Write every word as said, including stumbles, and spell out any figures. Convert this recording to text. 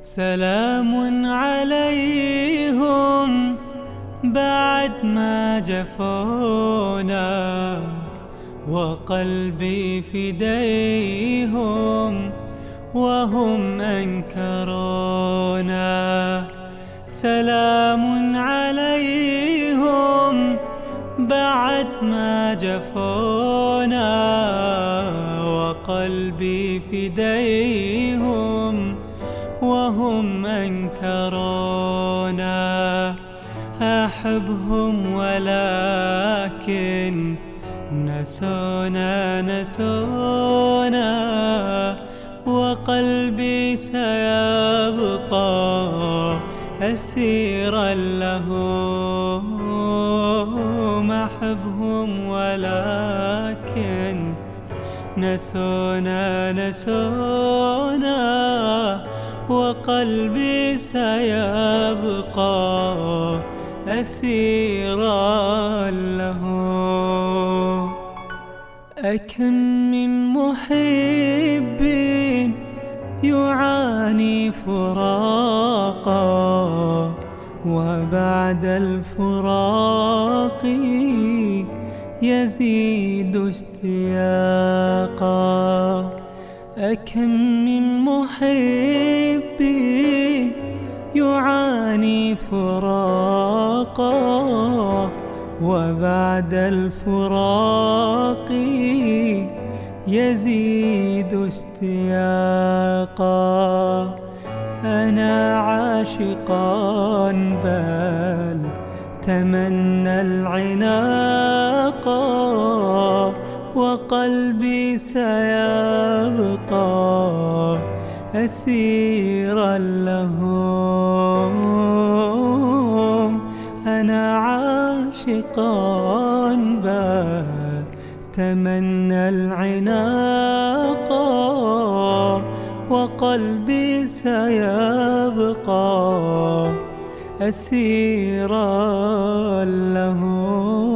سلام عليهم بعد ما جفونا، وقلبي فديهم وهم أنكرونا. سلام عليهم بعد ما جفونا، وقلبي فديهم وهم أنكرونا. أحبهم ولكن نسونا نسونا، وقلبي سيبقى أسيرا لهم. أحبهم ولكن نسونا نسونا، وقلبي سيبقى أسيرا لهم. أكم من محب يعاني فراقا، وبعد الفراق يزيد اشتياقا. أكم من محب يعاني فراقا، وبعد الفراق يزيد اشتياقا. أنا عاشقا بل تمنى العناقا، وقلبي سيبقى أسيرا لهم. أنا عاشقا بل تمنى العناقا، وقلبي سيبقى أسيرا لهم.